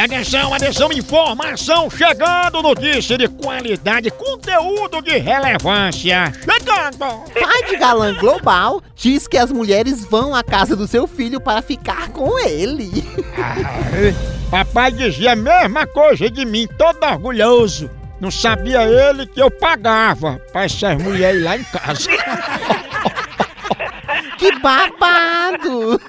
Atenção, informação chegando, notícia de qualidade, conteúdo de relevância, chegando! Pai de galã global diz que as mulheres vão à casa do seu filho para ficar com ele. Papai dizia a mesma coisa de mim, todo orgulhoso. Não sabia ele que eu pagava para essas mulheres lá em casa. Que babado!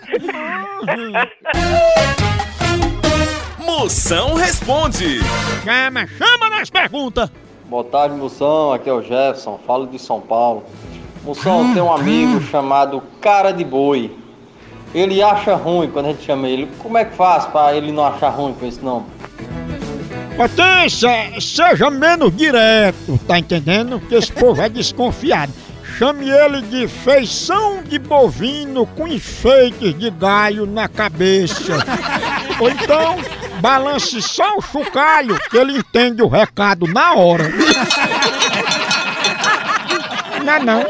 Moção responde. Chama nas perguntas. Boa tarde, Moção. Aqui é o Jefferson, falo de São Paulo. Moção, tem um amigo chamado Cara de Boi. Ele acha ruim quando a gente chama ele. Como é que faz para ele não achar ruim com esse nome? Potência, seja menos direto, tá entendendo? Que esse povo é desconfiado. Chame ele de feição de bovino com enfeites de galho na cabeça. Ou então, balance só o chocalho que ele entende o recado na hora. Não.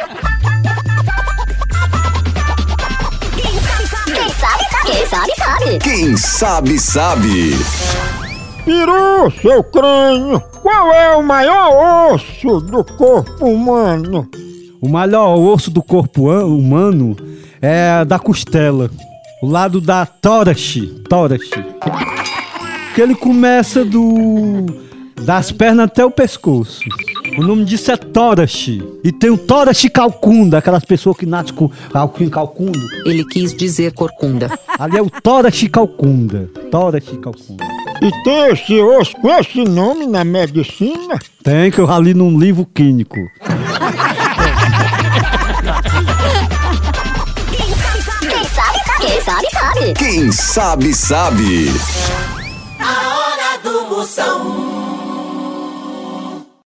Quem sabe, sabe. Peru, seu crânio, qual é o maior osso do corpo humano? O maior osso do corpo humano é da costela, o lado da tórax. Que ele começa das pernas até o pescoço. O nome disso é tórax. E tem o tórax calcunda, aquelas pessoas que nascem com calcundo. Ele quis dizer corcunda. Ali é o tórax calcunda. E tem esse osso com esse nome na medicina? Tem, que eu já li num livro clínico. Quem sabe, sabe. A hora do Moção.